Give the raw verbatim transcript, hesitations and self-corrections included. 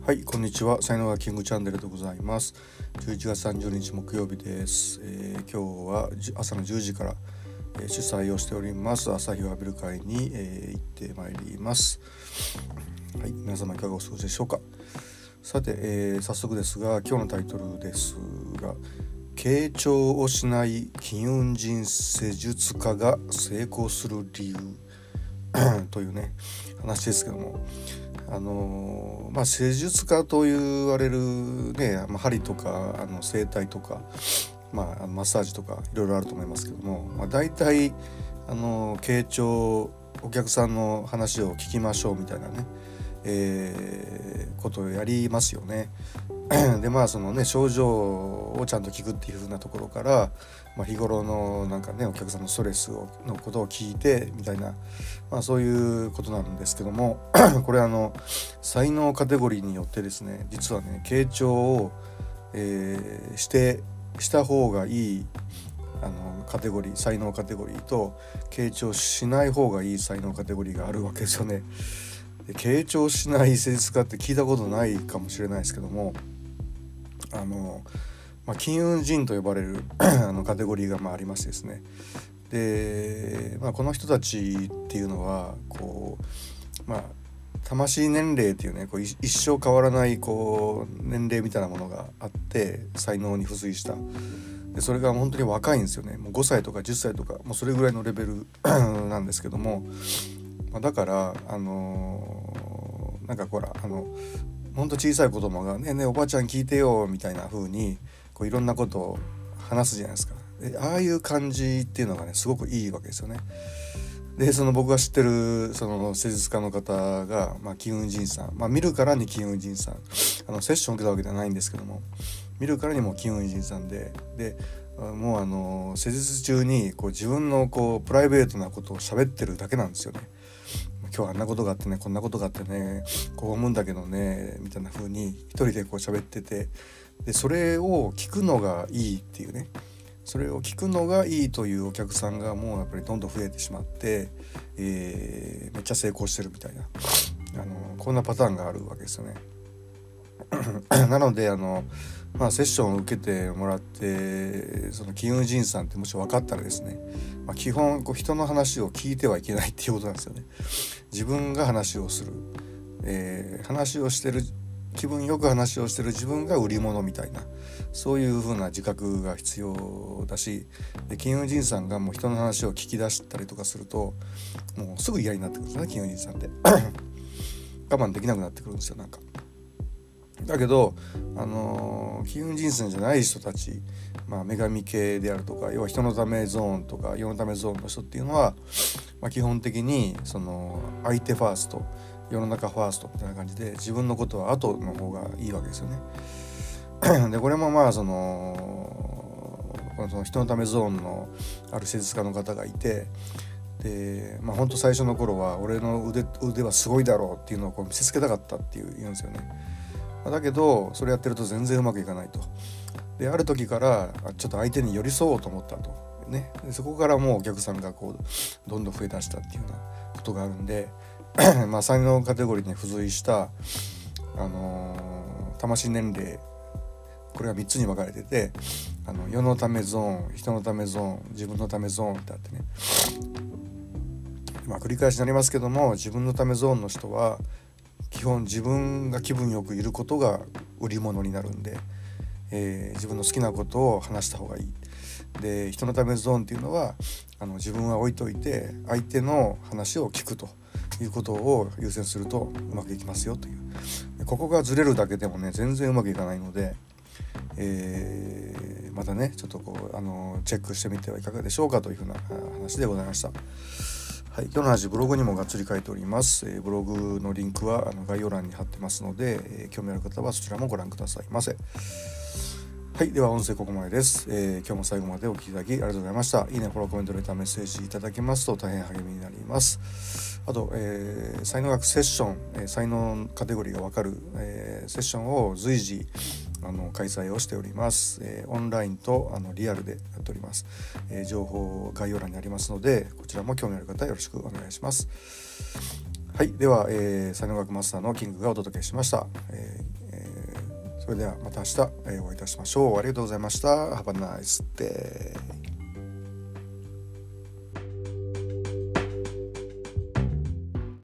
はい、こんにちは。才能がキングチャンネルでございます。じゅういちがつさんじゅうにち木曜日です。えー、今日は朝のじゅうじから、えー、主催をしております朝日を浴びる会に、えー、行ってまいります。はい、皆様いかがお過ごしでしょうか。さて、えー、早速ですが、今日のタイトルですが、傾聴をしない金運人施術家が成功する理由というね話ですけども、あのー、まあ施術家と言われるね、まあ、針とかあの整体とか、まあ、マッサージとかいろいろあると思いますけども、まあ、大体あの傾聴お客さんの話を聞きましょうみたいなね、えー、ことをやりますよね。でまあそのね症状をちゃんと聞くっていう風なところから、まあ、日頃のなんかねお客さんのストレスをのことを聞いてみたいな、まあ、そういうことなんですけどもこれあの才能カテゴリーによってですね、実はね傾聴を、えー、してした方がいいあのカテゴリー才能カテゴリーと傾聴しない方がいい才能カテゴリーがあるわけですよね。で傾聴しない施術家って聞いたことないかもしれないですけども、あの、まあ、金運人と呼ばれるあのカテゴリーがまあありましてですね。で、まあ、この人たちっていうのはこう、まあ、魂年齢っていうねこう一生変わらないこう年齢みたいなものがあって、才能に付随したでそれが本当に若いんですよね。もうごさいとかじゅっさいとかもうそれぐらいのレベルなんですけども、まあ、だからあのー、なんかほらあのほんと小さい子供がねえねえおばあちゃん聞いてよみたいな風にこういろんなことを話すじゃないですか。でああいう感じっていうのがねすごくいいわけですよね。でその僕が知ってるその施術家の方が、まあ、金運人さん、まあ、見るからに金運人さん、あのセッション受けたわけではないんですけども、見るからにも金運人さんででもうあの施術中にこう自分のこうプライベートなことを喋ってるだけなんですよね。今日あんなことがあってねこんなことがあってねこう思うんだけどねみたいな風に一人でこう喋ってて、でそれを聞くのがいいっていうね、それを聞くのがいいというお客さんがもうやっぱりどんどん増えてしまって、えー、めっちゃ成功してるみたいな、あのこんなパターンがあるわけですよね。なのであの、まあ、セッションを受けてもらってその金運人さんってもし分かったらですね、まあ、基本こう人の話を聞いてはいけないっていうことなんですよね。自分が話をする、えー、話をしてる気分よく話をしてる自分が売り物みたいな、そういう風な自覚が必要だし、で金運人さんがもう人の話を聞き出したりとかするともうすぐ嫌になってくるんですね、金運人さんって我慢できなくなってくるんですよ。なんかだけど、あのー、金運人生じゃない人たち、まあ、女神系であるとか要は人のためゾーンとか世のためゾーンの人っていうのは、まあ、基本的にその相手ファースト世の中ファーストみたいな感じで自分のことは後の方がいいわけですよね。でこれもまあそのその人のためゾーンのある施術家の方がいて、でまあ本当最初の頃は俺の 腕, 腕はすごいだろうっていうのをこう見せつけたかったっていう言うんですよね。だけどそれやってると全然うまくいかないと。である時からちょっと相手に寄り添おうと思ったとね、でそこからもうお客さんがこうどんどん増えだしたっていうようなことがあるんでまあ才能カテゴリーに付随したあのー、魂年齢、これがみっつに分かれてて、あの世のためゾーン、人のためゾーン、自分のためゾーンってあってね、まあ繰り返しになりますけども、自分のためゾーンの人は基本自分が気分よくいることが売り物になるんで、えー、自分の好きなことを話した方がいい。で人のためゾーンっていうのはあの自分は置いといて相手の話を聞くということを優先するとうまくいきますよという、ここがずれるだけでもね全然うまくいかないので、えー、またねちょっとこうあのチェックしてみてはいかがでしょうかというふうな話でございました。はい、今日の話ブログにもがっつり書いております。えー、ブログのリンクはあの概要欄に貼ってますので、えー、興味ある方はそちらもご覧くださいませ。はい、では音声ここまでです。えー、今日も最後までお聞きいただきありがとうございました。いいね、フォロー、コメント、レター、メッセージいただけますと大変励みになります。あと、えー、才能学セッション、えー、才能カテゴリーがわかる、えー、セッションを随時あの開催をしております。えー、オンラインとあのリアルでやっております。えー、情報概要欄にありますので、こちらも興味ある方よろしくお願いします。はい、では、えー、才能学マスターのキングがお届けしました。えーそれではまた明日、えー、お会いいたしましょう。ありがとうございました。Have a nice day.